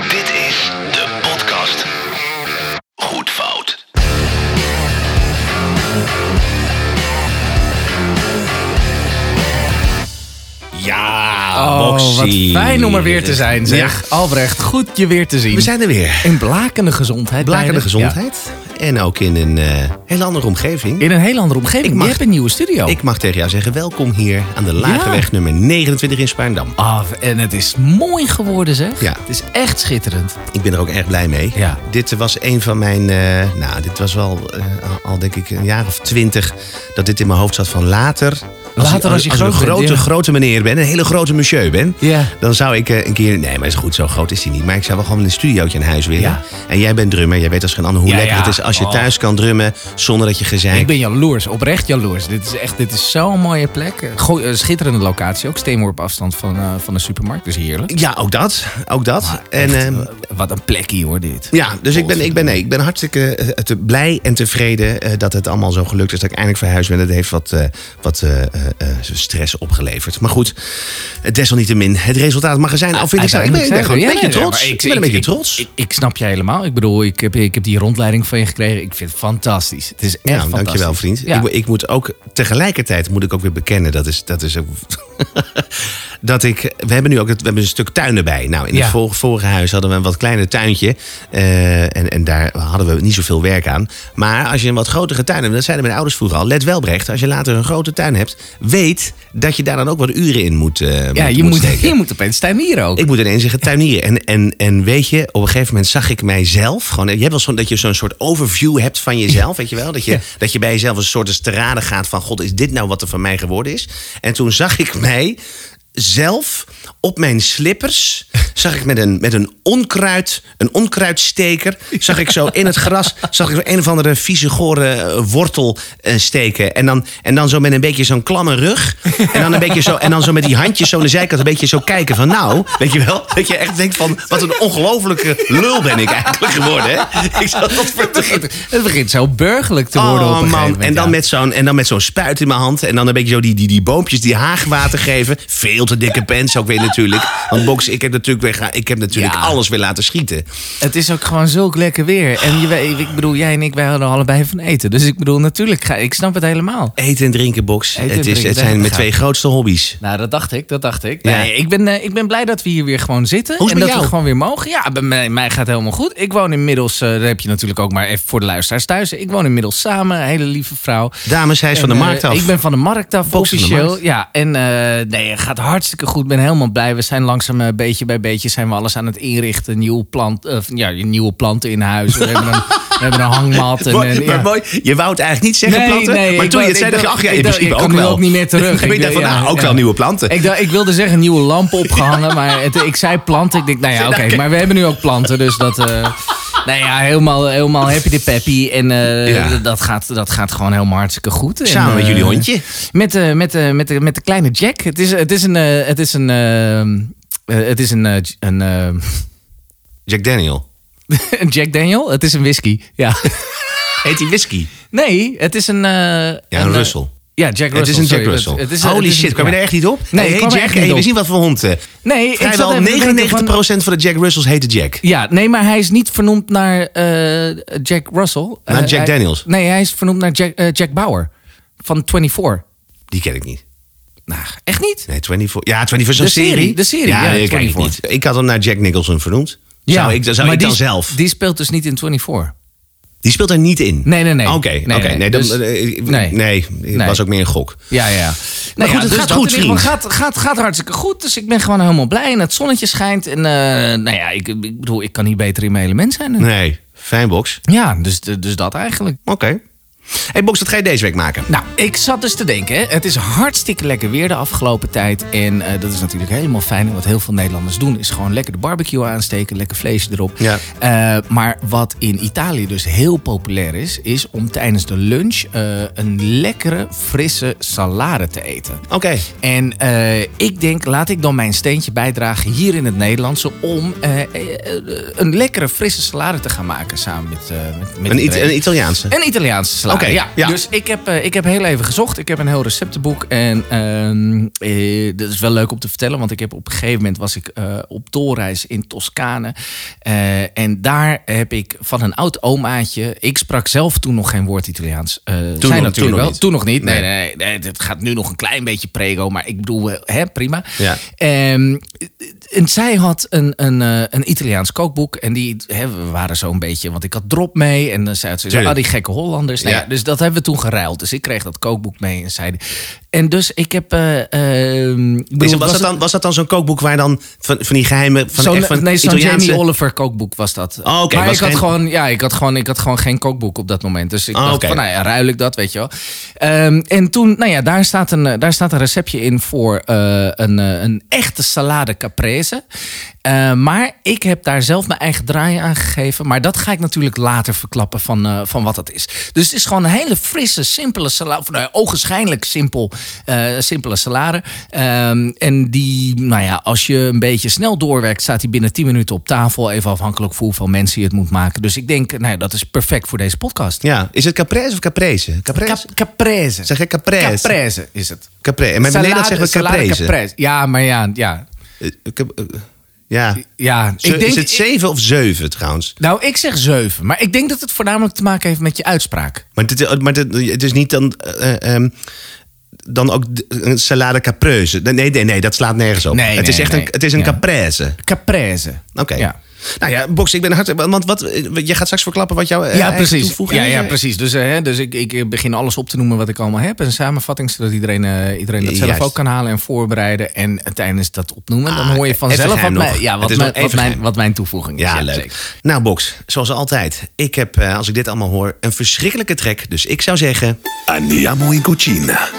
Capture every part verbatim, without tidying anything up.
Dit is de podcast Goed Fout. Ja, Oh, Boxie. wat fijn om er weer te zijn, zeg. Ja. Albrecht, goed je weer te zien. We zijn er weer. In blakende gezondheid. Blakende beide. gezondheid. Ja. En ook in een uh, heel andere omgeving. In een heel andere omgeving. Mag, je hebt een nieuwe studio. Ik mag tegen jou zeggen, welkom hier aan de Lageweg ja. nummer negenentwintig in Spaarndam. Ah, en het is mooi geworden, zeg. Ja. Het is echt schitterend. Ik ben er ook erg blij mee. Ja. Dit was een van mijn, uh, nou, dit was wel uh, al denk ik een jaar of twintig dat dit in mijn hoofd zat van later... Als Later als je, als, als groot een grote, bent, ja. grote meneer ben, een hele grote monsieur ben... Ja. dan zou ik uh, een keer... Nee, maar is goed, zo groot is hij niet. Maar ik zou wel gewoon een studiootje in huis willen. Ja. En jij bent drummer. Jij weet als geen ander hoe Ja, lekker ja. het is als je Oh. thuis kan drummen zonder dat je gezeik... Ik ben jaloers, oprecht jaloers. Dit is echt, dit is zo'n mooie plek. Gooi, uh, schitterende locatie, ook steenworp afstand van, uh, van de supermarkt. Dus heerlijk. Ja, ook dat. Ook dat. Maar en, echt, uh, wat een plekje hoor, dit. Ja, dus ik ben, ik ben, nee, ik ben hartstikke uh, te blij en tevreden uh, dat het allemaal zo gelukt is. Dat ik eindelijk verhuisd ben. Dat heeft wat, uh, wat uh, uh, stress opgeleverd. Maar goed, desalniettemin, het resultaat mag er zijn. Al vind ik, ik ben, ik ben gewoon een beetje trots. Ik ben een beetje trots. Ik, ik, ik snap je helemaal. Ik bedoel, ik heb, ik heb die rondleiding van je gekregen. Ik vind het fantastisch. Het is echt Ja, fantastisch. dankjewel vriend. Ja. Ik, ik moet ook tegelijkertijd moet ik ook weer bekennen. Dat is, dat is ook, dat ik. We hebben nu ook het, we hebben een stuk tuin erbij. Nou, in Ja. het vorige, vorige huis hadden we een wat kleiner tuintje. Uh, en, en daar hadden we niet zoveel werk aan. Maar als je een wat grotere tuin hebt, dat zeiden mijn ouders vroeger al. Let wel, Brecht, als je later een grote tuin hebt, weet dat je daar dan ook wat uren in moet. Uh, Ja, moet, je moet, moet, steken. je moet opeens tuinieren ook. Ik moet ineens zeggen tuinieren. En, en, en weet je, op een gegeven moment zag ik mijzelf. Gewoon, je hebt wel zo, dat je zo'n soort overview hebt van jezelf, weet je wel? Dat je, ja. dat je bij jezelf een soort te raden gaat van... God, is dit nou wat er van mij geworden is? En toen zag ik mij zelf op mijn slippers... zag ik met een, met een onkruid, een onkruidsteker... zag ik zo in het gras, zag ik zo een of andere vieze gore wortel uh, steken. En dan, en dan zo met een beetje zo'n klamme rug. En dan, een beetje zo, en dan zo met die handjes zo aan de zijkant een beetje zo kijken van... nou, weet je wel, dat je echt denkt van... wat een ongelofelijke lul ben ik eigenlijk geworden, hè? Ik zal dat het, begint, het begint zo burgerlijk te worden oh, op een man. moment, En dan, ja. met zo'n, en dan met zo'n spuit in mijn hand. En dan een beetje zo die, die, die boompjes die haagwater geven. Veel te dikke pens ook weer natuurlijk. Want Box, ik heb natuurlijk, weer, ik heb natuurlijk Ja. alles weer laten schieten. Het is ook gewoon zulk lekker weer. En je, weet- ik bedoel, jij en ik, wij hadden allebei van eten. Dus ik bedoel, natuurlijk, ga, ik snap het helemaal. Eten en drinken, Box. Eten en het, is, drinken, het daar zijn mijn gaat twee grootste hobby's. Nou, dat dacht ik, dat dacht ik. Ja. Nee, ik, ben, uh, ik ben blij dat we hier weer gewoon zitten. Hoe is en het dat met we jou? gewoon weer mogen. Ja, bij mij, mij gaat het helemaal goed. Ik woon inmiddels, uh, dat heb je natuurlijk ook maar even voor de luisteraars thuis. Ik woon inmiddels samen, een hele lieve vrouw. Dames, hij is En, van de uh, markt af. Ik ben van de markt af, Box van de officieel. markt. Ja, en uh, nee, het gaat hartstikke goed. Ik ben helemaal blij. We zijn langzaam, uh, beetje bij beetje, zijn we alles aan het inrichten. Nieuwe, plant, uh, ja, nieuwe planten in huis. We hebben een, we hebben een hangmat. En, Mooi, en, maar ja. mooi, je wou het eigenlijk niet zeggen, Nee, planten. nee, maar ik toen je wou- het zei, ik dacht je, dacht- ach ja, in ik dacht- principe ik ook kan nu wel. ook niet meer terug. En Ik ik dacht van, dacht, nou, ja, ook ja. wel nieuwe planten. Ik, dacht, ik wilde zeggen nieuwe lampen opgehangen, maar het, ik zei planten. Ik denk, nou ja, oké, okay, maar we hebben nu ook planten, dus dat... Uh, nou ja, helemaal, helemaal happy de peppy. En uh, Ja. dat, gaat, dat gaat gewoon helemaal hartstikke goed. Samen en, met uh, jullie hondje. Met, uh, met, uh, met, de, met de kleine Jack. Het is, het is een... Uh, het is een... Uh, uh, het is een... Uh, een uh, Jack Daniel. een Jack Daniel? Het is een whisky, ja. Heet die whisky? Nee, het is een... Uh, Ja, een een, Russell. Ja, Jack Russell. Het is een Jack sorry. Russell. Het, het is, Holy het is een- shit, kwam je ja. er echt niet op? Nee, hey, ik kwam hey er Jack, echt niet hey, we op. zien wat voor hond. uh, Nee, ik Vrijwel zat even te denken negenennegentig van- procent van de Jack Russells heten Jack. Ja, nee, maar hij is niet vernoemd naar uh, Jack Russell. Naar Uh, Jack hij- Daniels? Nee, hij is vernoemd naar Jack, uh, Jack Bauer van eenentwintig. Die ken ik niet. Nou, echt niet? Nee, eenentwintig. Ja, eenentwintig is een De serie, serie. de serie, Ja, ja, nee, ken ik eenentwintig. niet. Ik had hem naar Jack Nicholson vernoemd. Zou ik, zou maar ik die, dan zelf? Die speelt dus niet in eenentwintig. Die speelt er niet in? Nee, nee, nee. Oké, okay, Nee, oké. nee. Nee, dan, Dus- eh, nee. nee, het Nee. was ook meer een gok. Ja, ja. Maar Nou goed, ja, het dus gaat dat goed, in ieder geval vriend. Gaat, gaat, gaat hartstikke goed. Dus ik ben gewoon helemaal blij. En het zonnetje schijnt. En uh, nou ja, ik, ik bedoel, ik kan niet beter in mijn element zijn. Nee, fijn, Box. Ja, dus, dus dat eigenlijk. Oké. Okay. Hey Box, wat ga je deze week maken? Nou, ik zat dus te denken, hè. Het is hartstikke lekker weer de afgelopen tijd. En uh, dat is natuurlijk helemaal fijn. En wat heel veel Nederlanders doen, is gewoon lekker de barbecue aansteken. Lekker vleesje erop. Ja. Uh, maar wat in Italië dus heel populair is, is om tijdens de lunch uh, een lekkere, frisse salade te eten. Oké. Okay. En uh, ik denk, laat ik dan mijn steentje bijdragen hier in het Nederlandse om uh, uh, uh, een lekkere, frisse salade te gaan maken samen met, uh, met, met Een, It- een Italiaanse? Een Italiaanse salade. salade. Oké, ja. ja. Dus ik heb, uh, ik heb heel even gezocht. Ik heb een heel receptenboek. En uh, uh, dat is wel leuk om te vertellen. Want ik heb op een gegeven moment was ik uh, op doorreis in Toscane. Uh, en daar heb ik van een oud omaatje... Ik sprak zelf toen nog geen woord Italiaans. Uh, Toen, zij nog, natuurlijk toen nog wel. niet. Toen nog niet. Nee, Nee. nee, nee, nee. Het gaat nu nog een klein beetje prego. Maar ik bedoel, uh, hè, prima. Ja. Um, en zij had een, een, uh, een Italiaans kookboek. En die, hè, we waren zo'n beetje... Want ik had drop mee. En dan zei ze, Tuurlijk. ah, die gekke Hollanders. Nou ja, Ja. dus dat hebben we toen geruild. Dus ik kreeg dat kookboek mee en zei... En dus ik heb... Uh, uh, ik bedoel, Is, was, dat dan, was dat dan zo'n kookboek waar dan van, van die geheime... Van Zo'n, echt van nee, zo'n Italiaanse... Jamie Oliver kookboek was dat. Oh, oké, maar was ik had, geen- gewoon, ja, ik, had gewoon, ik had gewoon geen kookboek op dat moment. Dus ik Oh, dacht oké. van, nou ja, ruil ik dat, weet je wel. Um, en toen, nou ja, daar staat een, daar staat een receptje in voor uh, een, uh, een echte salade caprese. Uh, maar ik heb daar zelf mijn eigen draai aan gegeven. Maar dat ga ik natuurlijk later verklappen van, uh, van wat dat is. Dus het is gewoon een hele frisse, simpele salade. Of nou ja, ogenschijnlijk simpel, uh, simpele salade. Um, en die, nou ja, als je een beetje snel doorwerkt... staat die binnen tien minuten op tafel. Even afhankelijk van hoeveel mensen je het moet maken. Dus ik denk, nou ja, dat is perfect voor deze podcast. Ja, is het caprese of caprese? Caprese? Cap- caprese. Zeg je caprese? Caprese is het. Caprese. Maar in Nederland zeggen we salade caprese. caprese. Ja, maar ja, ja. Eh, cap- eh, Ja. ja Zo- ik denk, is het zeven of zeven trouwens? Nou, ik zeg zeven. Maar ik denk dat het voornamelijk te maken heeft met je uitspraak. Maar, dit, maar dit, het is niet dan... eh, ehm, dan ook d- een salade caprese. Nee, nee, nee, dat slaat nergens op. Nee, het is nee, echt nee. een, het is een Ja. caprese. Caprese. Oké. Ja. Nou ja, Box, ik ben hartstikke... Want wat, je gaat straks verklappen wat jouw eh, Ja, eigen precies. toevoeging Ja, is. ja, precies. Dus, uh, hè, dus ik, ik begin alles op te noemen wat ik allemaal heb. Een samenvatting, zodat iedereen, uh, iedereen dat zelf Juist. ook kan halen en voorbereiden. En tijdens dat opnoemen, dan Ah, hoor je even vanzelf wat geheim mijn, nog. ja, Het wat, is mijn, nog even wat, mijn, geheim. wat mijn toevoeging is. Ja, leuk. zeker. Nou, Box, zoals altijd. Ik heb, eh, als ik dit allemaal hoor, een verschrikkelijke trek. Dus ik zou zeggen... Andiamo in cucina.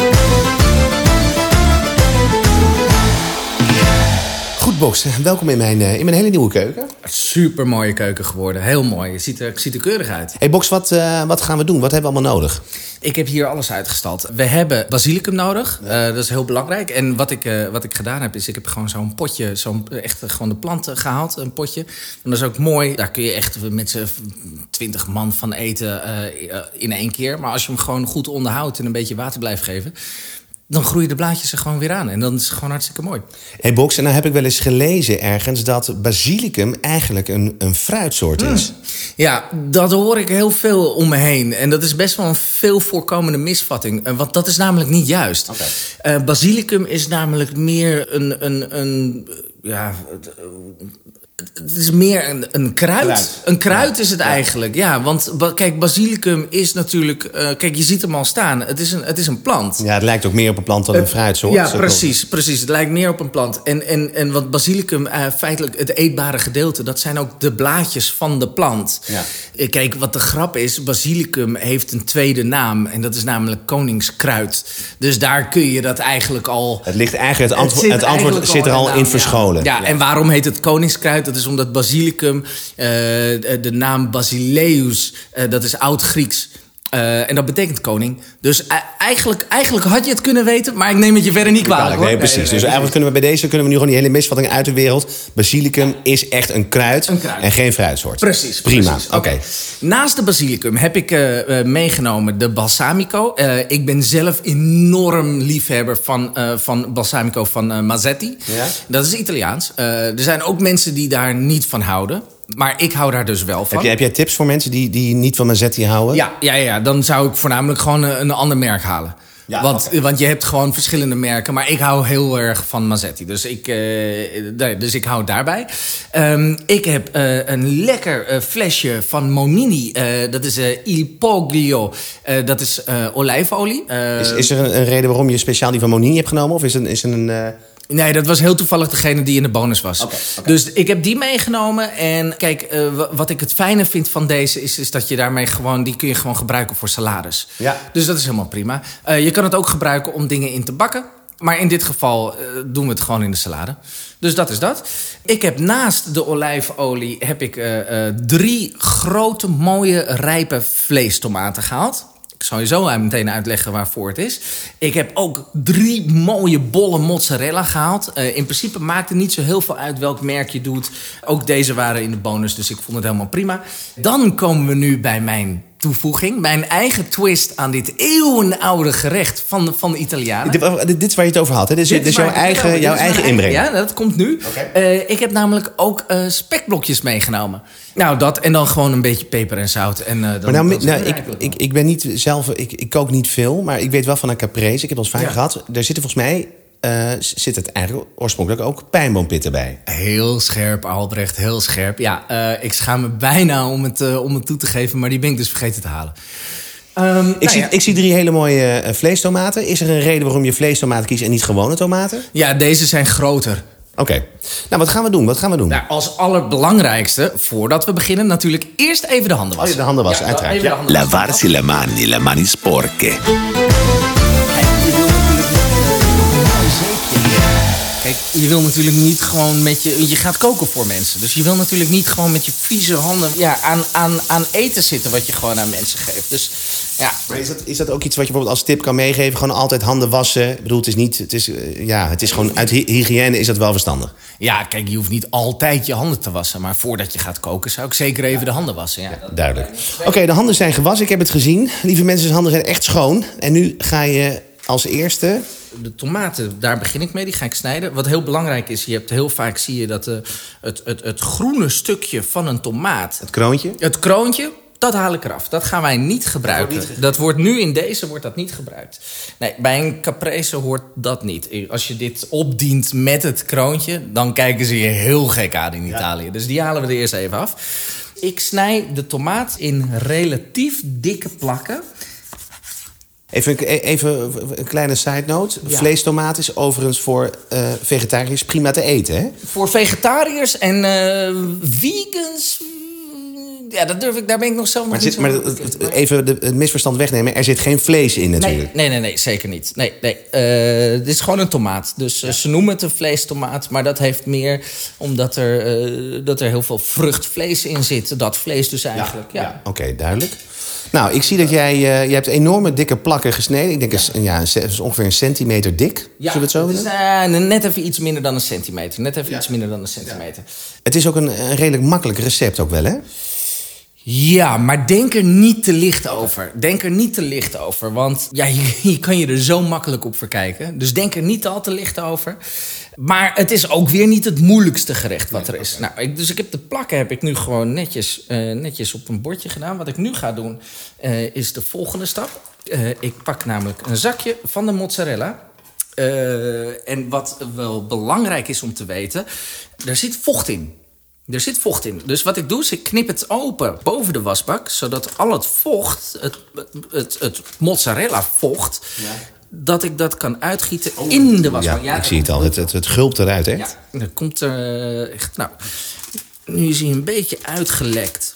Goed, Box. Welkom in mijn, uh, in mijn hele nieuwe keuken. Super mooie keuken geworden. Heel mooi. Het ziet er, ziet er keurig uit. Hey Box, wat, uh, wat gaan we doen? Wat hebben we allemaal nodig? Ik heb hier alles uitgestald. We hebben basilicum nodig. Uh, dat is heel belangrijk. En wat ik, uh, wat ik gedaan heb, is ik heb gewoon zo'n potje, zo'n echt gewoon de planten gehaald, een potje. En dat is ook mooi. Daar kun je echt met z'n twintig man van eten uh, in één keer. Maar als je hem gewoon goed onderhoudt en een beetje water blijft geven, dan groeien de blaadjes er gewoon weer aan. En dan is het gewoon hartstikke mooi. Hey Box, en nou heb ik wel eens gelezen ergens dat basilicum eigenlijk een, een fruitsoort is. Mm. Ja, dat hoor ik heel veel om me heen. En dat is best wel een veel voorkomende misvatting. Want dat is namelijk niet juist. Okay. Uh, basilicum is namelijk meer een... een, een ja, het is meer een, een kruid. kruid. Een kruid ja. is het ja. eigenlijk. Ja, want kijk, basilicum is natuurlijk... Uh, kijk, je ziet hem al staan. Het is, een, het is een plant. Ja, het lijkt ook meer op een plant dan een uh, fruitsoort. Ja, precies, precies. Het lijkt meer op een plant. En, en, en wat basilicum, uh, feitelijk het eetbare gedeelte, dat zijn ook de blaadjes van de plant. Ja. Uh, kijk, wat de grap is, basilicum heeft een tweede naam. En dat is namelijk koningskruid. Dus daar kun je dat eigenlijk al... Het ligt eigenlijk, het antwoord, het, het antwoord zit er al in, in verscholen. Ja. Ja, ja, en waarom heet het koningskruid? Dat is omdat basilicum, uh, de naam Basileus, uh, dat is oud-Grieks. Uh, en dat betekent koning. Dus uh, eigenlijk, eigenlijk had je het kunnen weten, maar ik neem het je verder niet kwalijk. Nee, precies. Nee, nee, nee, dus eigenlijk kunnen we bij deze kunnen we nu gewoon die hele misvatting uit de wereld. Basilicum is echt een kruid, een kruid. En geen fruitsoort. Precies. Prima. Oké. Okay. Okay. Naast de basilicum heb ik uh, meegenomen de balsamico. Uh, ik ben zelf enorm liefhebber van, uh, van balsamico van uh, Mazzetti. Ja? Dat is Italiaans. Uh, er zijn ook mensen die daar niet van houden. Maar ik hou daar dus wel van. Heb jij, heb jij tips voor mensen die, die niet van Mazzetti houden? Ja, ja, ja, dan zou ik voornamelijk gewoon een, een ander merk halen. Ja, want, okay. want je hebt gewoon verschillende merken. Maar ik hou heel erg van Mazzetti. Dus ik, uh, dus ik hou het daarbij. Um, ik heb uh, een lekker uh, flesje van Monini. Uh, dat is uh, Il Poglio. Uh, dat is uh, olijfolie. Uh, is, is er een, een reden waarom je speciaal die van Monini hebt genomen? Of is het is een... Uh... Nee, dat was heel toevallig degene die in de bonus was. Okay, okay. Dus ik heb die meegenomen. En kijk, uh, wat ik het fijne vind van deze is, is dat je daarmee gewoon... die kun je gewoon gebruiken voor salades. Ja. Dus dat is helemaal prima. Uh, je kan het ook gebruiken om dingen in te bakken. Maar in dit geval uh, doen we het gewoon in de salade. Dus dat is dat. Ik heb naast de olijfolie heb ik uh, uh, drie grote, mooie, rijpe vleestomaten gehaald. Ik zal je zo meteen uitleggen waarvoor het is. Ik heb ook drie mooie bolle mozzarella gehaald. Uh, in principe maakt het niet zo heel veel uit welk merk je doet. Ook deze waren in de bonus, dus ik vond het helemaal prima. Dan komen we nu bij mijn toevoeging, mijn eigen twist aan dit eeuwenoude gerecht van, van de Italianen. Dit, dit is waar je het over had, hè? Dit is, dit is jouw eigen, dit jouw is eigen inbreng. Ja, dat komt nu. Okay. Uh, ik heb namelijk ook uh, spekblokjes meegenomen. Nou, dat en dan gewoon een beetje peper en zout. En, uh, dan, maar nou, dan nou ik, ik, ik ben niet zelf, ik, ik kook niet veel, maar ik weet wel van een caprese. Ik heb al eens vaak ja. gehad. Daar zitten volgens mij... Uh, zit het eigenlijk oorspronkelijk ook pijnboompitten bij. Heel scherp, Albrecht, heel scherp. Ja, uh, ik schaam me bijna om het, uh, om het toe te geven, maar die ben ik dus vergeten te halen. Um, ik, nou zie, ja. ik zie drie hele mooie uh, vleestomaten. Is er een reden waarom je vleestomaten kiest en niet gewone tomaten? Ja, deze zijn groter. Oké. Okay. Nou, wat gaan we doen? Wat gaan we doen? Nou, als allerbelangrijkste, voordat we beginnen, natuurlijk eerst even de handen wassen. Oh, de handen wassen, ja, uiteraard. Ja. Ja. Lavarsi le mani, le mani sporche. Kijk, je wil natuurlijk niet gewoon met je... Je gaat koken voor mensen. Dus je wil natuurlijk niet gewoon met je vieze handen... Ja, aan, aan, aan eten zitten wat je gewoon aan mensen geeft. Dus ja. Maar is dat, is dat ook iets wat je bijvoorbeeld als tip kan meegeven? Gewoon altijd handen wassen? Ik bedoel, het is niet... Het is, ja, het is gewoon uit hygiëne is dat wel verstandig. Ja, kijk, je hoeft niet altijd je handen te wassen. Maar voordat je gaat koken zou ik zeker even de handen wassen. Ja. Ja, duidelijk. Oké, okay, de handen zijn gewassen. Ik heb het gezien. Lieve mensen, de handen zijn echt schoon. En nu ga je als eerste... De tomaten, daar begin ik mee, die ga ik snijden. Wat heel belangrijk is, je hebt heel vaak zie je dat uh, het, het, het groene stukje van een tomaat... Het kroontje? Het kroontje, dat haal ik eraf. Dat gaan wij niet gebruiken. Dat, niet dat wordt nu in deze wordt dat niet gebruikt. Nee, bij een caprese hoort dat niet. Als je dit opdient met het kroontje, dan kijken ze je heel gek aan in Italië. Ja. Dus die halen we er eerst even af. Ik snij de tomaat in relatief dikke plakken. Even, even een kleine side note. Ja. Vleestomaat is overigens voor uh, vegetariërs prima te eten, hè? Voor vegetariërs en uh, vegans... Ja, dat durf ik, daar ben ik nog zelf nog maar niet zit, maar het, het, even de, het misverstand wegnemen. Er zit geen vlees in natuurlijk. Nee, nee, nee, nee zeker niet. Nee, nee. Uh, dit is gewoon een tomaat. Dus uh, ja. ze noemen het een vleestomaat. Maar dat heeft meer omdat er, uh, dat er heel veel vruchtvlees in zit. Dat vlees dus eigenlijk. Ja, ja. ja. Oké, okay, duidelijk. Nou, ik zie dat jij... Uh, je hebt enorme dikke plakken gesneden. Ik denk ja. een, ja, een, ongeveer een centimeter dik. Ja, zullen we het zo het is, uh, net even iets minder dan een centimeter. Net even ja. iets minder dan een centimeter. Ja. Het is ook een, een redelijk makkelijk recept ook wel, hè? Ja, maar denk er niet te licht over. Denk er niet te licht over. Want ja, je, je kan je er zo makkelijk op verkijken. Dus denk er niet al te licht over. Maar het is ook weer niet het moeilijkste gerecht wat er is. Nou, ik, dus ik heb de plakken heb ik nu gewoon netjes, uh, netjes op een bordje gedaan. Wat ik nu ga doen uh, is de volgende stap. Uh, ik pak namelijk een zakje van de mozzarella. Uh, en wat wel belangrijk is om te weten, er zit vocht in. Er zit vocht in. Dus wat ik doe, is ik knip het open boven de wasbak, zodat al het vocht, het, het, het mozzarella vocht, ja. dat ik dat kan uitgieten oh. in de wasbak. Ja, ja, ik zie het al. Het, het, het gulpt eruit, hè? Ja, dan komt er echt... Nou, nu is hij een beetje uitgelekt.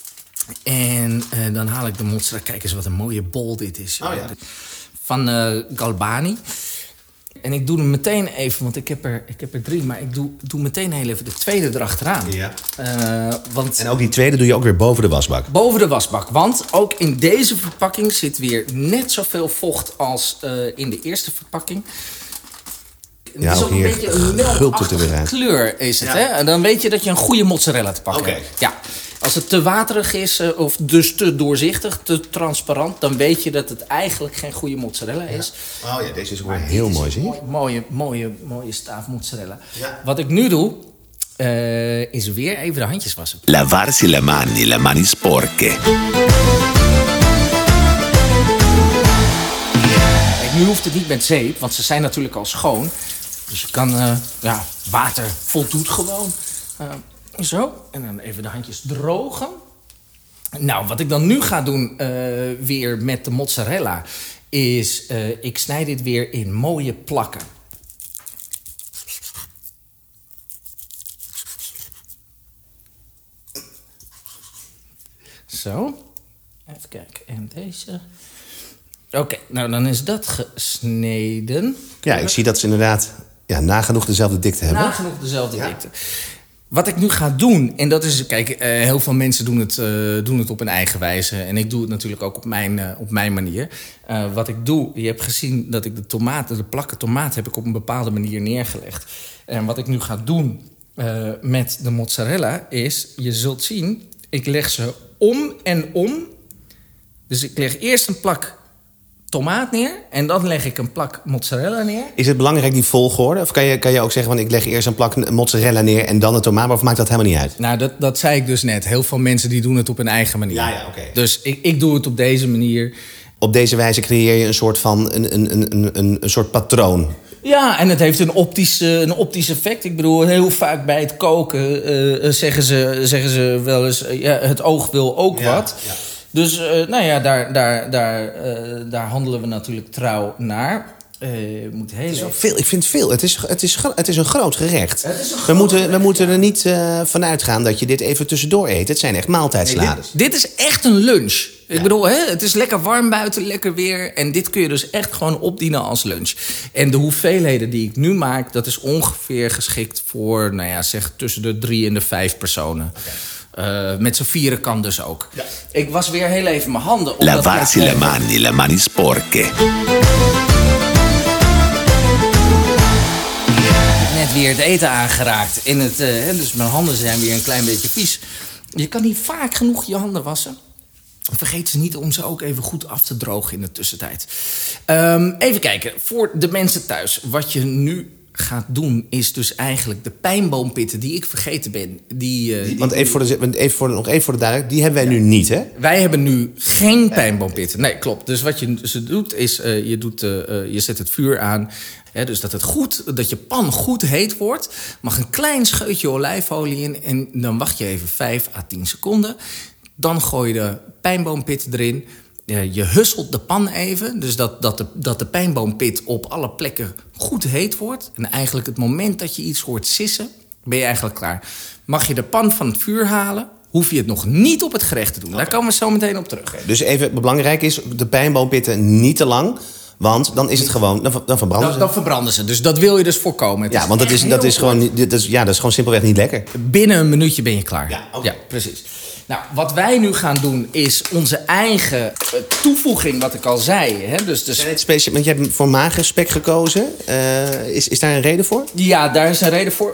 En uh, dan haal ik de mozzarella. Kijk eens wat een mooie bol dit is. Oh, ja. Van uh, Galbani. En ik doe hem meteen even, want ik heb er, ik heb er drie... maar ik doe, doe meteen heel even de tweede erachteraan. Ja. Uh, want en ook die tweede doe je ook weer boven de wasbak? Boven de wasbak, want ook in deze verpakking zit weer net zoveel vocht als uh, in de eerste verpakking. Ja, het is ook een beetje een melkachtige kleur is het, ja. hè? En dan weet je dat je een goede mozzarella te pakken okay. hebt. Ja. Als het te waterig is, uh, of dus te doorzichtig, te transparant, dan weet je dat het eigenlijk geen goede mozzarella is. Ja. Oh ja, deze is ook heel mooi, zie je? Mooie, mooie, mooie, mooie staaf mozzarella. Ja. Wat ik nu doe, uh, is weer even de handjes wassen. Lavarsi le mani, le mani sporche. Kijk, nu hoeft het niet met zeep, want ze zijn natuurlijk al schoon. Dus je kan, uh, ja, water voldoet gewoon. Uh, Zo, en dan even de handjes drogen. Nou, wat ik dan nu ga doen uh, weer met de mozzarella is, uh, ik snij dit weer in mooie plakken. Zo, even kijken. En deze. Oké, okay, nou dan is dat gesneden. Ja, ik zie dat ze inderdaad ja, nagenoeg dezelfde dikte hebben. Nagenoeg dezelfde ja. dikte. Wat ik nu ga doen, en dat is... Kijk, uh, heel veel mensen doen het, uh, doen het op hun eigen wijze. En ik doe het natuurlijk ook op mijn, uh, op mijn manier. Uh, wat ik doe, je hebt gezien dat ik de tomaten... de plakken tomaat heb ik op een bepaalde manier neergelegd. En wat ik nu ga doen uh, met de mozzarella is... Je zult zien, ik leg ze om en om Dus ik leg eerst een plak tomaat neer en dan leg ik een plak mozzarella neer. Is het belangrijk die volgorde? Of kan je, kan je ook zeggen, van ik leg eerst een plak mozzarella neer en dan de tomaat? Of maakt dat helemaal niet uit? Nou, dat, dat zei ik dus net. Heel veel mensen die doen het op hun eigen manier. Ja, ja, oké. Dus ik, ik doe het op deze manier. Op deze wijze creëer je een soort van een, een, een, een, een soort patroon. Ja, en het heeft een optisch, een optisch effect. Ik bedoel, heel vaak bij het koken uh, zeggen, ze, zeggen ze wel eens... Uh, ja, het oog wil ook ja, wat. Ja. Dus uh, nou ja, daar, daar, daar, uh, daar handelen we natuurlijk trouw naar. Uh, moet heel het is veel, ik vind het veel. Het is, het is, het is een groot gerecht. Het is een we groot moeten, gerecht, we moeten ja. er niet uh, van uitgaan dat je dit even tussendoor eet. Het zijn echt maaltijdsalades. Nee, dit, dit is echt een lunch. Ja. Ik bedoel, hè, het is lekker warm buiten, lekker weer. En dit kun je dus echt gewoon opdienen als lunch. En de hoeveelheden die ik nu maak, dat is ongeveer geschikt voor, nou ja, zeg tussen de drie en de vijf personen. Okay. Uh, met z'n vieren kan dus ook. Ja. Ik was weer heel even mijn handen. Lavarsi le mani, le mani sporche. Net weer het eten aangeraakt. In het, uh, dus mijn handen zijn weer een klein beetje vies. Je kan niet vaak genoeg je handen wassen. Vergeet ze niet om ze ook even goed af te drogen in de tussentijd. Um, even kijken, voor de mensen thuis. Wat je nu gaat doen is dus eigenlijk de pijnboompitten die ik vergeten ben. Die, uh, die, Want even voor de, even voor de, nog even voor de duidelijkheid, die hebben wij ja. nu niet, hè? Wij hebben nu geen pijnboompitten. Nee, klopt. Dus wat je dus doet is, uh, je, doet, uh, uh, je zet het vuur aan. Hè, dus dat, het goed, dat je pan goed heet wordt. Mag een klein scheutje olijfolie in. En dan wacht je even vijf à tien seconden. Dan gooi je de pijnboompit erin. Je husselt de pan even. Dus dat, dat, de, dat de pijnboompit op alle plekken goed heet wordt. En eigenlijk het moment dat je iets hoort sissen, ben je eigenlijk klaar. Mag je de pan van het vuur halen, hoef je het nog niet op het gerecht te doen. Okay. Daar komen we zo meteen op terug. Dus even belangrijk is, de pijnboompitten niet te lang. Want dan is het gewoon, dan, dan verbranden dan, ze. Dan verbranden ze. Dus dat wil je dus voorkomen. Het ja, want dat is, dat is gewoon, dat is, ja, dat is gewoon simpelweg niet lekker. Binnen een minuutje ben je klaar. Ja, okay. Ja, precies. Nou, wat wij nu gaan doen is onze eigen uh, toevoeging, wat ik al zei. Hè? Dus, dus... Het speciaal, want je hebt voor mager spek gekozen. Uh, is, is daar een reden voor? Ja, daar is een reden voor.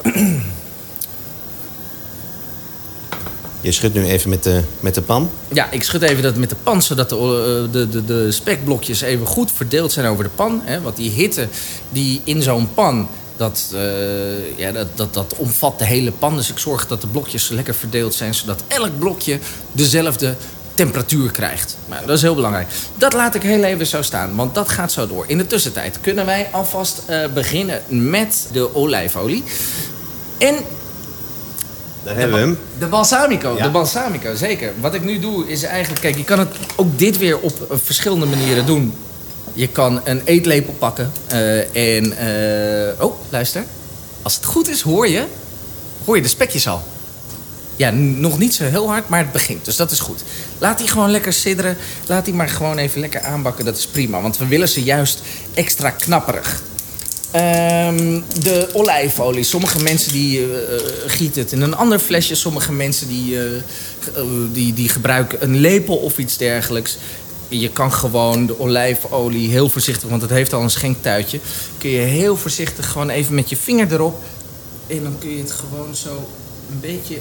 Je schudt nu even met de, met de pan. Ja, ik schud even dat met de pan, zodat de, uh, de, de, de spekblokjes even goed verdeeld zijn over de pan. Hè? Want die hitte die in zo'n pan... Dat, uh, ja, dat, dat, dat omvat de hele pan. Dus ik zorg dat de blokjes lekker verdeeld zijn, zodat elk blokje dezelfde temperatuur krijgt. Maar dat is heel belangrijk. Dat laat ik heel even zo staan, want dat gaat zo door. In de tussentijd kunnen wij alvast uh, beginnen met de olijfolie. En... Daar hebben we hem. De balsamico, ja. de balsamico, zeker. Wat ik nu doe is eigenlijk... Kijk, je kan het ook dit weer op uh, verschillende manieren doen. Je kan een eetlepel pakken uh, en... Uh, oh, luister. Als het goed is, hoor je... Hoor je de spekjes al. Ja, n- nog niet zo heel hard, maar het begint. Dus dat is goed. Laat die gewoon lekker sidderen. Laat die maar gewoon even lekker aanbakken. Dat is prima, want we willen ze juist extra knapperig. Um, de olijfolie. Sommige mensen die uh, gieten het in een ander flesje. Sommige mensen die, uh, uh, die, die gebruiken een lepel of iets dergelijks. Je kan gewoon de olijfolie heel voorzichtig, want het heeft al een schenktuitje. Kun je heel voorzichtig gewoon even met je vinger erop. En dan kun je het gewoon zo een beetje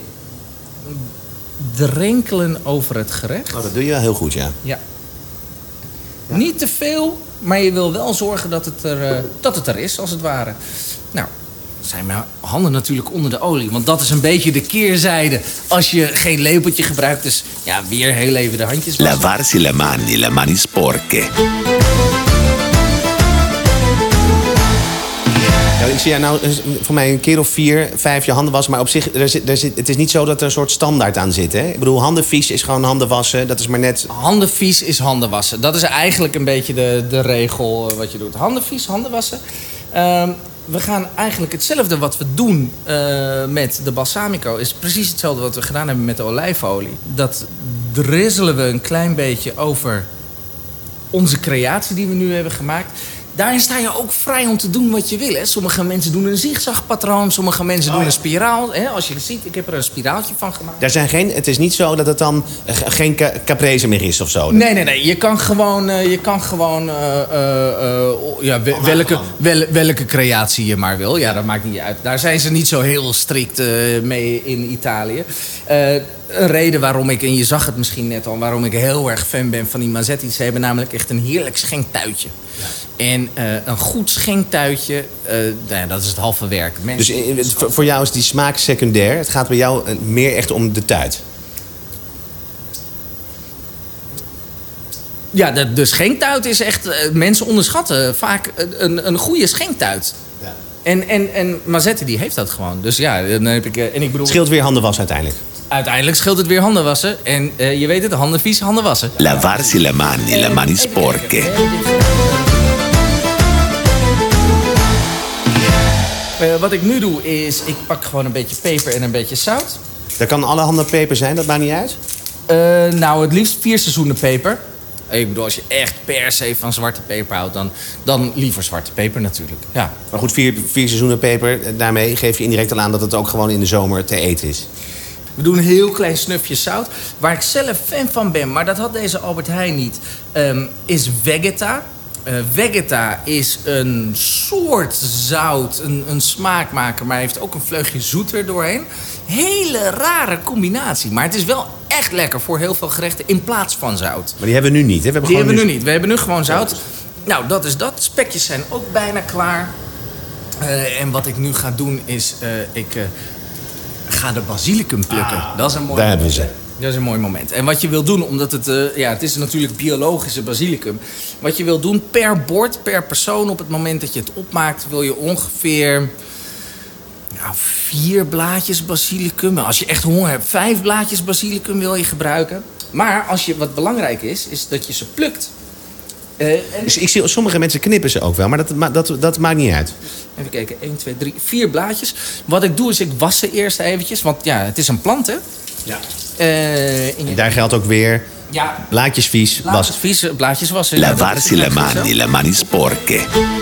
drenkelen over het gerecht. Oh, dat doe je wel heel goed, ja. Ja. Ja. Niet te veel, maar je wil wel zorgen dat het er, uh, dat het er is, als het ware. Nou, zijn mijn handen natuurlijk onder de olie. Want dat is een beetje de keerzijde als je geen lepeltje gebruikt. Dus ja, weer heel even de handjes wassen. Lavarsi le mani, le mani sporche. Ja, ik zie jij nou voor mij een keer of vier, vijf je handen wassen. Maar op zich, er zit, er zit, het is niet zo dat er een soort standaard aan zit. Hè? Ik bedoel, handen vies is gewoon handen wassen. Dat is maar net... Handen vies is handen wassen. Dat is eigenlijk een beetje de, de regel uh, wat je doet. Handen vies, handen wassen. Uh, we gaan eigenlijk hetzelfde wat we doen uh, met de balsamico. Is precies hetzelfde wat we gedaan hebben met de olijfolie. Dat drizzelen we een klein beetje over onze creatie die we nu hebben gemaakt. daarin sta je ook vrij om te doen wat je wil. Hè. Sommige mensen doen een zigzagpatroon, sommige mensen oh, doen ja. een spiraal. Hè. Als je het ziet, ik heb er een spiraaltje van gemaakt. Daar zijn geen, het is niet zo dat het dan uh, geen ca- caprese meer is of zo? Nee, nee, nee. Je kan gewoon, uh, je kan gewoon uh, uh, uh, ja, we, welke, wel, welke creatie je maar wil. Ja, dat maakt niet uit. Daar zijn ze niet zo heel strikt uh, mee in Italië. Uh, Een reden waarom ik, en je zag het misschien net al, waarom ik heel erg fan ben van die Mazzetti's. Ze hebben namelijk echt een heerlijk schenktuitje. Ja. En uh, een goed schenktuitje, uh, nou ja, dat is het halve werk. Mensen, dus uh, voor jou is die smaak secundair. Het gaat bij jou uh, meer echt om de tuit. Ja, de, de schenktuit is echt... Uh, mensen onderschatten vaak een, een goede schenktuit. Ja. En, en, en Mazzetti die heeft dat gewoon. Dus ja, dan heb ik... Uh, en ik bedoel... Het scheelt weer handen was uiteindelijk. Uiteindelijk scheelt het weer handen wassen. En uh, je weet het, handen vies, handen wassen. Lavarsi le mani, le mani sporche. Uh, wat ik nu doe is, ik pak gewoon een beetje peper en een beetje zout. Dat kan alle handen peper zijn, dat maakt niet uit? Uh, nou, het liefst vier seizoenen peper. Ik bedoel, als je echt per se van zwarte peper houdt, dan, dan liever zwarte peper natuurlijk. Ja. Maar goed, vier, vier seizoenen peper, daarmee geef je indirect al aan dat het ook gewoon in de zomer te eten is. We doen een heel klein snufje zout. Waar ik zelf fan van ben, maar dat had deze Albert Heijn niet, um, is Vegeta. Uh, Vegeta is een soort zout, een, een smaakmaker, maar heeft ook een vleugje zoet er doorheen. Hele rare combinatie, maar het is wel echt lekker voor heel veel gerechten in plaats van zout. Maar die hebben we nu niet, hè? We hebben die hebben we nu nu niet. We hebben nu gewoon zout. Nou, dat is dat. Spekjes zijn ook bijna klaar. Uh, en wat ik nu ga doen is, uh, ik uh, ga de basilicum plukken. Ah, dat is een mooi daar moment. hebben we ze. Dat is een mooi moment. En wat je wil doen, omdat het, uh, ja, het is natuurlijk biologische basilicum. Wat je wil doen per bord, per persoon op het moment dat je het opmaakt, wil je ongeveer nou, vier blaadjes basilicum. Als je echt honger hebt, vijf blaadjes basilicum wil je gebruiken. Maar als je, wat belangrijk is, is dat je ze plukt. Uh, en... Dus ik zie, sommige mensen knippen ze ook wel, maar dat, dat, dat maakt niet uit. Even kijken, één, twee, drie, vier blaadjes. Wat ik doe is, ik was ze eerst eventjes, want ja, het is een plant, hè? Ja. Uh, je... En daar geldt ook weer, ja. blaadjes vies, blaadjes was. vies, blaadjes wassen. Lavarsi le mani, le mani sporche.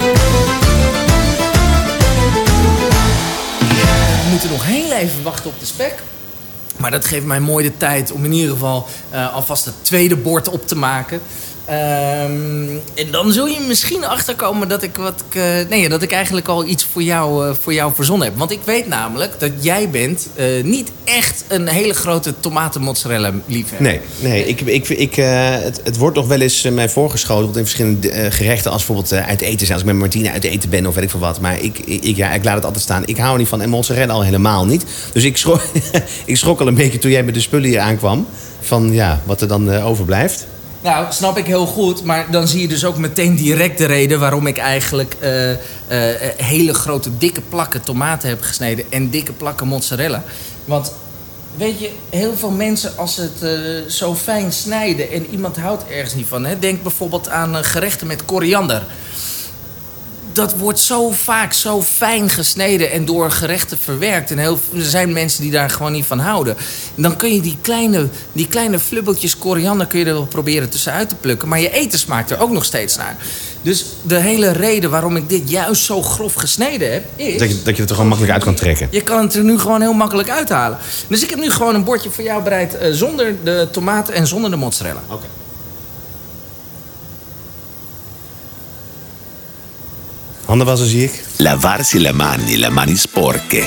We moeten nog heel even wachten op de spek. Maar dat geeft mij mooi de tijd om in ieder geval uh, alvast het tweede bord op te maken. Um, en dan zul je misschien achterkomen dat ik, wat, uh, nee, dat ik eigenlijk al iets voor jou, uh, voor jou verzonnen heb. Want ik weet namelijk dat jij bent uh, niet echt een hele grote tomatenmozzarella liefhebber. Nee, nee ik, ik, ik, uh, het, het wordt nog wel eens uh, mij voorgeschoteld in verschillende uh, gerechten. Als bijvoorbeeld uh, uit eten zijn. Als ik met Martina uit eten ben of weet ik veel wat. Maar ik, ik, ja, ik laat het altijd staan. Ik hou er niet van. En mozzarella al helemaal niet. Dus ik schrok, ik schrok al een beetje toen jij met de spullen hier aankwam. Van ja, wat er dan uh, overblijft. Nou, snap ik heel goed. Maar dan zie je dus ook meteen direct de reden waarom ik eigenlijk uh, uh, hele grote dikke plakken tomaten heb gesneden. En dikke plakken mozzarella. Want weet je, heel veel mensen als ze het uh, zo fijn snijden en iemand houdt ergens niet van. Hè? Denk bijvoorbeeld aan uh, gerechten met koriander. Dat wordt zo vaak zo fijn gesneden en door gerechten verwerkt. En heel, er zijn mensen die daar gewoon niet van houden. En dan kun je die kleine, die kleine flubbeltjes koriander kun je er wel proberen tussenuit te plukken. Maar je eten smaakt er ook nog steeds naar. Dus de hele reden waarom ik dit juist zo grof gesneden heb, is... Dat je, dat je het er gewoon makkelijk uit kan trekken. Je kan het er nu gewoon heel makkelijk uithalen. Dus ik heb nu gewoon een bordje voor jou bereid uh, zonder de tomaten en zonder de mozzarella. Oké. Okay. Handen wassen zie ik. Lavarsi le mani, le mani sporche.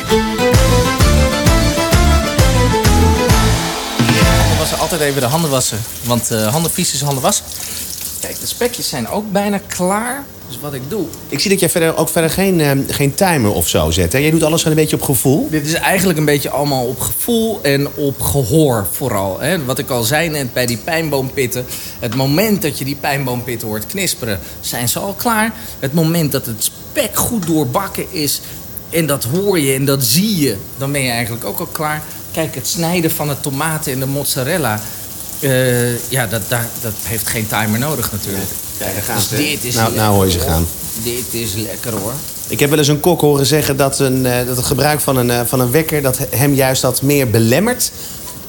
Handen wassen, altijd even de handen wassen. Want uh, handen vies is handen wassen. Kijk, de spekjes zijn ook bijna klaar. Dus wat ik doe... Ik zie dat jij verder ook verder geen, uh, geen timer of zo zet. Hè? Jij doet alles gewoon een beetje op gevoel. Dit is eigenlijk een beetje allemaal op gevoel en op gehoor vooral. Hè? Wat ik al zei net bij die pijnboompitten. Het moment dat je die pijnboompitten hoort knisperen, zijn ze al klaar. Het moment dat het spek goed doorbakken is en dat hoor je en dat zie je, dan ben je eigenlijk ook al klaar. Kijk, het snijden van de tomaten en de mozzarella... Uh, ja, dat, dat, dat heeft geen timer nodig natuurlijk. Kijk, daar gaan ze. Dus dit is nou, nou hoor je ze gaan. Dit is lekker hoor. Ik heb wel eens een kok horen zeggen dat, een, uh, dat het gebruik van een, uh, van een wekker... dat hem juist dat meer belemmert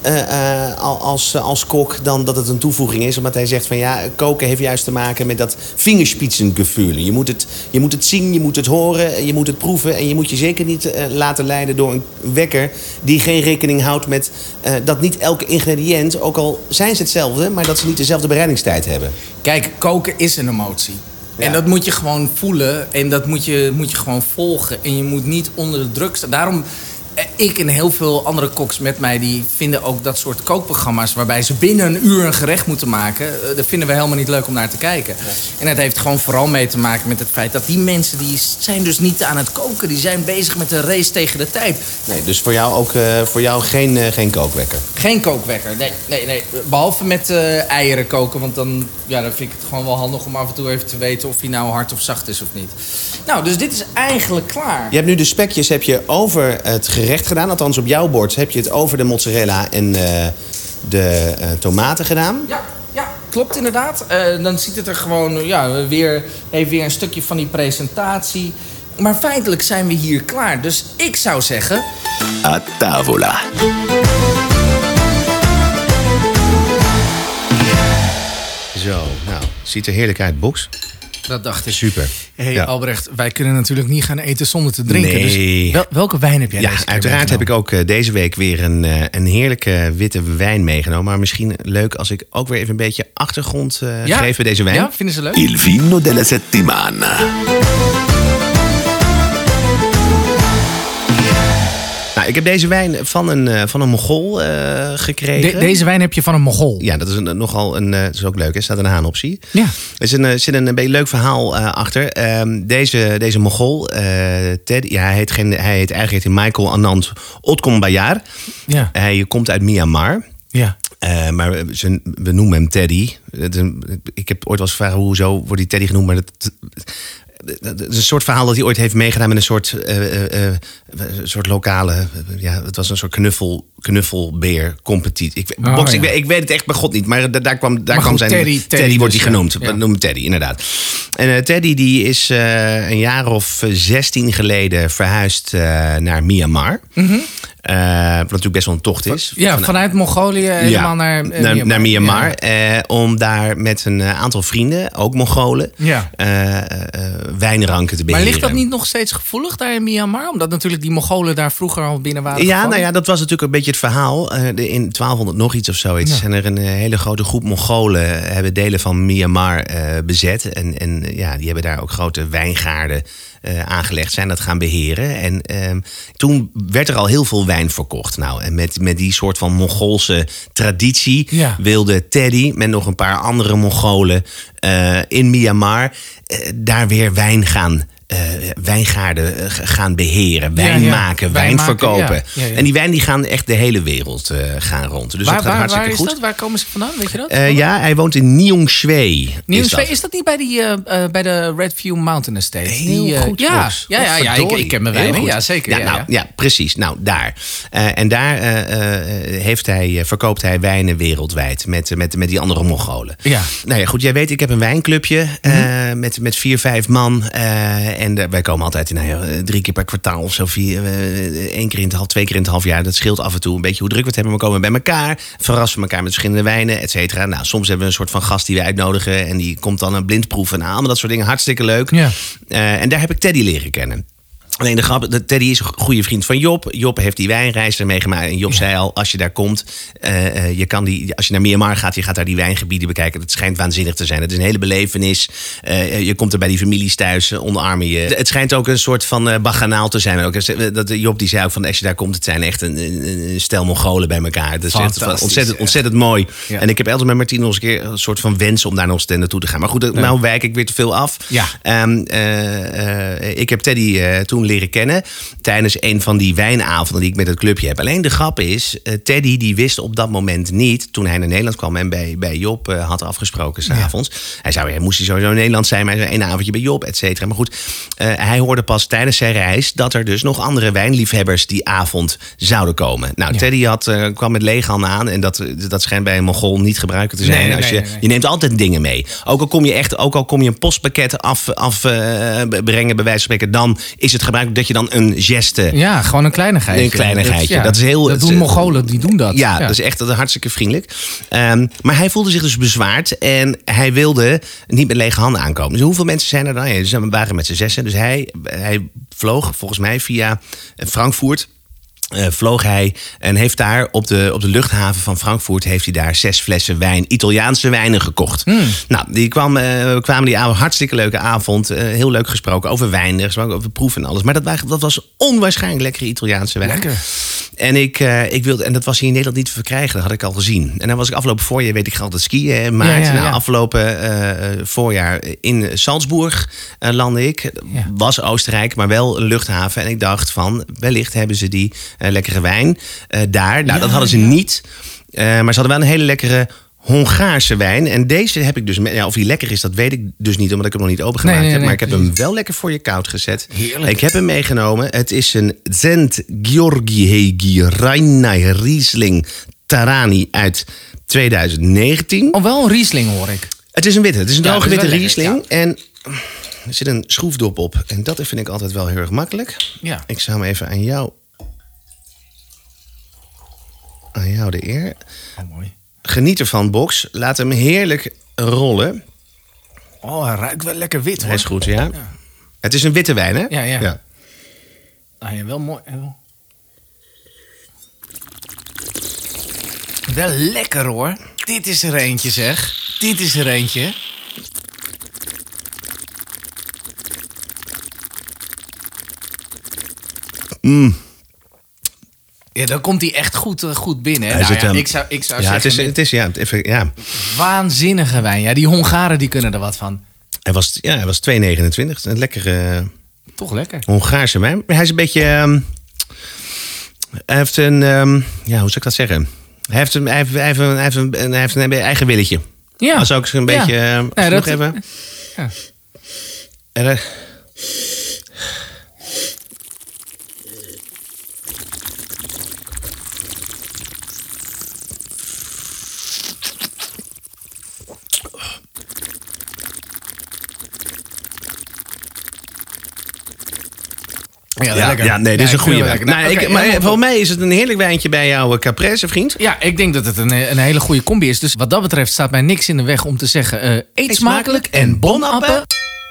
uh, uh, als, als kok dan dat het een toevoeging is. Omdat hij zegt van ja, koken heeft juist te maken met dat vingerspitsengevoel. Je moet het, je moet het zien, je moet het horen, je moet het proeven. En je moet je zeker niet uh, laten leiden door een wekker die geen rekening houdt met uh, dat niet elke ingrediënt, ook al zijn ze hetzelfde, maar dat ze niet dezelfde bereidingstijd hebben. Kijk, koken is een emotie. Ja. En dat moet je gewoon voelen en dat moet je, moet je gewoon volgen. En je moet niet onder de druk staan. Daarom, ik en heel veel andere koks met mij, die vinden ook dat soort kookprogramma's waarbij ze binnen een uur een gerecht moeten maken. Dat vinden we helemaal niet leuk om naar te kijken. Ja. En het heeft gewoon vooral mee te maken met het feit dat die mensen, die zijn dus niet aan het koken. Die zijn bezig met een race tegen de tijd. Nee, dus voor jou ook uh, voor jou geen, uh, geen kookwekker? Geen kookwekker, nee. nee, nee. Behalve met uh, eieren koken, want dan, ja, dan vind ik het gewoon wel handig om af en toe even te weten of hij nou hard of zacht is of niet. Nou, dus dit is eigenlijk klaar. Je hebt nu de spekjes heb je over het gerecht gedaan. Althans, op jouw bord heb je het over de mozzarella en uh, de uh, tomaten gedaan. Ja, ja, klopt inderdaad. Uh, dan ziet het er gewoon ja, weer, heeft weer een stukje van die presentatie. Maar feitelijk zijn we hier klaar. Dus ik zou zeggen... A tavola. Zo, nou, ziet er heerlijk uit, Box. Dat dacht ik. Super. Hé, hey, ja. Albrecht, wij kunnen natuurlijk niet gaan eten zonder te drinken. Nee. Dus wel, welke wijn heb jij ja, deze keer uiteraard heb ik ook uh, deze week weer een, uh, een heerlijke witte wijn meegenomen. Maar misschien leuk als ik ook weer even een beetje achtergrond uh, ja? geef bij deze wijn. Ja, vinden ze leuk? Il vino della settimana. Nou, ik heb deze wijn van een, uh, van een Mongool uh, gekregen. De, deze wijn heb je van een Mongool? Ja, dat is een, nogal een. Uh, dat is ook leuk, hè? Staat een haan op, zie. Ja. Er is een, uh, zit een, een beetje leuk verhaal uh, achter. Um, deze, deze Mongool, uh, Ted, ja, hij heet, geen, hij heet eigenlijk heet hij Michael Anand Otkombayar. Ja. Hij komt uit Myanmar. Ja. Uh, maar we, ze, we noemen hem Teddy. Ik heb ooit wel eens gevraagd hoezo wordt hij Teddy genoemd, maar dat. Het is een soort verhaal dat hij ooit heeft meegedaan met een soort, uh, uh, uh, soort lokale... Uh, ja, het was een soort knuffel, knuffelbeer-competitie. Ik, oh, box, ja. ik, weet, ik weet het echt bij God niet, maar daar kwam, daar maar kwam goed, zijn... Teddy, Teddy, Teddy wordt dus, hij genoemd. ja. We noemen Teddy, inderdaad. En uh, Teddy die is uh, een jaar of zestien geleden verhuisd uh, naar Myanmar. Mm-hmm. Uh, wat natuurlijk best wel een tocht is. Ja, Van, vanuit Mongolië helemaal ja, naar, uh, naar Myanmar. Naar Myanmar ja. uh, om daar met een aantal vrienden, ook Mongolen, ja. uh, uh, wijnranken te beheren. Maar ligt dat niet nog steeds gevoelig daar in Myanmar? Omdat natuurlijk die Mongolen daar vroeger al binnen waren Ja, gevallen? nou ja, dat was natuurlijk een beetje het verhaal. Uh, in twaalfhonderd nog iets of zoiets ja. zijn er een uh, hele grote groep Mongolen hebben delen van Myanmar uh, bezet. En, en uh, ja, die hebben daar ook grote wijngaarden Uh, aangelegd, zijn dat gaan beheren. En uh, toen werd er al heel veel wijn verkocht. Nou, en met, met die soort van Mongoolse traditie ja. wilde Teddy met nog een paar andere Mongolen uh, in Myanmar uh, daar weer wijn gaan Uh, wijngaarden uh, gaan beheren, wijn ja, ja. maken, wijn, wijn maken, verkopen. Ja, ja, ja. En die wijn die gaan echt de hele wereld uh, gaan rond. Dus waar, dat gaat waar, hartstikke waar is goed. Dat? Waar komen ze vandaan? Weet je dat? Uh, ja, hij woont in Nyongshwe. Nyongshwe, is, is dat niet bij, die, uh, uh, bij de Redview Mountain Estate? Heel die, uh, goed, ja, Box. ja, ja, ja, ik, ik ken mijn wijnen. Ja, zeker. Ja, ja, nou, ja. ja, precies. Nou, daar. Uh, en daar uh, uh, heeft hij, verkoopt hij wijnen wereldwijd met, met, met die andere Mongolen. Ja. Nou ja, goed, jij weet, ik heb een wijnclubje uh, mm-hmm. met, met vier, vijf man. Uh, en uh, wij komen altijd Nou ja, drie keer per kwartaal of zo, vier, uh, één keer in het half, twee keer in het half jaar. Dat scheelt af en toe een beetje hoe druk we het hebben. We komen bij elkaar, verrassen elkaar met verschillende wijnen, et cetera. Nou, soms hebben we een soort van gast die we uitnodigen en die komt dan een blindproeven aan. Maar dat soort dingen, hartstikke leuk. Ja. Uh, en daar heb ik Teddy leren kennen. Alleen de grap, Teddy is een goede vriend van Job. Job heeft die wijnreis ermee gemaakt. En Job ja. zei al, als je daar komt, uh, uh, je kan die, als je naar Myanmar gaat, je gaat daar die wijngebieden bekijken. Dat schijnt waanzinnig te zijn. Het is een hele belevenis. Uh, je komt er bij die families thuis, uh, omarmen je. Het schijnt ook een soort van uh, baganaal te zijn. Ook, dat, Job die zei ook van, als je daar komt, het zijn echt een, een, een stel Mongolen bij elkaar. Dat is echt ontzettend, ontzettend mooi. Ja. En ik heb altijd met Martien nog eens een keer een soort van wens om daar nog eens naartoe te gaan. Maar goed, ja. nou wijk ik weer te veel af. Ja. Um, uh, uh, ik heb Teddy uh, toen leren kennen tijdens een van die wijnavonden die ik met het clubje heb. Alleen de grap is, uh, Teddy die wist op dat moment niet, toen hij naar Nederland kwam en bij, bij Job uh, had afgesproken s'avonds. Ja. Hij zou, hij moest hij sowieso in Nederland zijn, maar hij zei een avondje bij Job, et cetera. Maar goed, uh, hij hoorde pas tijdens zijn reis dat er dus nog andere wijnliefhebbers die avond zouden komen. Nou, ja. Teddy had, uh, kwam met lege handen aan en dat, dat schijnt bij een Mongool niet gebruikelijk te zijn. Nee, nee, Als je, nee, nee. je neemt altijd dingen mee. Ook al kom je echt, ook al kom je een postpakket af, afbrengen, uh, bij wijze van spreken, dan is het gebruikelijk gebruikt dat je dan een geste... Ja, gewoon een kleinigheidje. Een kleinigheidje. Dat, ja, dat is heel... Dat doen Mongolen, die doen dat. Ja, ja. dat is echt dat is hartstikke vriendelijk. Um, maar hij voelde zich dus bezwaard en hij wilde niet met lege handen aankomen. Dus hoeveel mensen zijn er dan? Ja, ze waren met z'n zessen. Dus hij, hij vloog volgens mij via Frankfurt... Uh, vloog hij en heeft daar op de, op de luchthaven van Frankfurt... heeft hij daar zes flessen wijn, Italiaanse wijnen gekocht. Mm. Nou, die kwam, uh, we kwamen die avond, hartstikke leuke avond. Uh, heel leuk gesproken over wijn, gesproken over proeven en alles. Maar dat, dat was onwaarschijnlijk lekkere Italiaanse wijn. Lekker. En, ik, uh, ik wilde, en dat was hier in Nederland niet te verkrijgen, dat had ik al gezien. En dan was ik afgelopen voorjaar, weet ik, altijd skiën in maart. Ja, ja, ja. Nou, afgelopen uh, voorjaar in Salzburg uh, landde ik. Ja. Was Oostenrijk, maar wel een luchthaven. En ik dacht van, wellicht hebben ze die uh, lekkere wijn uh, daar. Nou, ja, dat hadden ze ja. niet. Uh, maar ze hadden wel een hele lekkere Hongaarse wijn. En deze heb ik dus... Ja, of die lekker is, dat weet ik dus niet, omdat ik hem nog niet opengemaakt nee, nee, nee, heb. Maar nee, ik heb hem wel lekker voor je koud gezet. Heerlijk. Ik heb hem meegenomen. Het is een Szent Györgyi Rajnai Riesling Tarani uit twintig negentien. Oh, wel een Riesling hoor ik. Het is een witte. Het is een droge ja, witte lekker, Riesling. ja. En er zit een schroefdop op. En dat vind ik altijd wel heel erg makkelijk. Ja. Ik zou hem even aan jou... Aan jou de eer. Oh, mooi. Geniet ervan, Box. Laat hem heerlijk rollen. Oh, hij ruikt wel lekker wit, hoor. Hij is goed, ja. ja. Het is een witte wijn, hè? Ja, ja. ja. Ah, ja, wel mooi. Wel lekker, hoor. Dit is er eentje, zeg. Dit is er eentje. Mm. Ja, dan komt hij echt goed, uh, goed binnen. Hè? Nou, ja, um, ik zou, ik zou ja, zeggen... Het is, het is, ja, even, ja. Waanzinnige wijn. Ja, die Hongaren die kunnen er wat van. Hij was, ja, hij was twee negenentwintig. Een lekkere... Uh, Toch lekker. Hongaarse wijn. Maar hij is een beetje... Um, hij heeft een... Um, ja, hoe zou ik dat zeggen? Hij heeft een, hij heeft, hij heeft een, hij heeft een, hij heeft een eigen willetje. Ja. Dat is ook een beetje... Ja. Uh, nee, dat, even... Ja. En, uh, Ja, ja, ja, nee, dit is ja, een goede wijn. Nou, okay, maar ja, voor mij is het een heerlijk wijntje bij jouw Caprese, vriend. Ja, ik denk dat het een, een hele goede combi is. Dus wat dat betreft staat mij niks in de weg om te zeggen... Uh, eet, eet smakelijk en bon appé.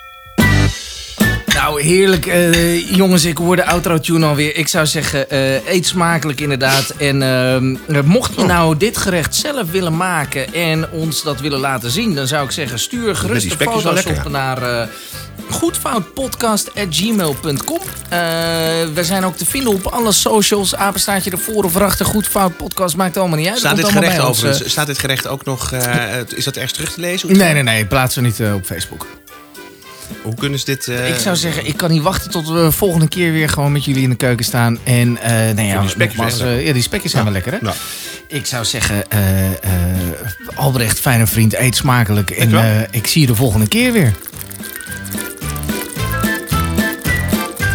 Nou, heerlijk. Uh, jongens, ik hoor de outro-tune alweer. Ik zou zeggen, uh, eet smakelijk inderdaad. En uh, mocht je nou dit gerecht zelf willen maken en ons dat willen laten zien... dan zou ik zeggen, stuur gerust de foto's lekker, op ja. naar... Uh, goedfoutpodcast at gmail dot com. Uh, we zijn ook te vinden op alle socials. Apenstaartje ervoor of erachter. Goedfout podcast maakt allemaal niet uit. Staat dit, gerecht overigens, staat dit gerecht ook nog... Uh, is dat ergens terug te lezen? Nee, nee, nee. Plaatsen we niet uh, op Facebook. Hoe kunnen ze dit... Uh... Ik zou zeggen, ik kan niet wachten tot we volgende keer weer gewoon met jullie in de keuken staan. En uh, nee, ja, die spekjes, uh, ja, die spekjes zijn ja. wel lekker, hè? Ja. Ik zou zeggen, uh, uh, Albrecht, fijne vriend, eet smakelijk. En uh, ik zie je de volgende keer weer.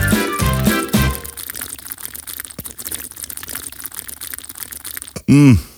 Mm.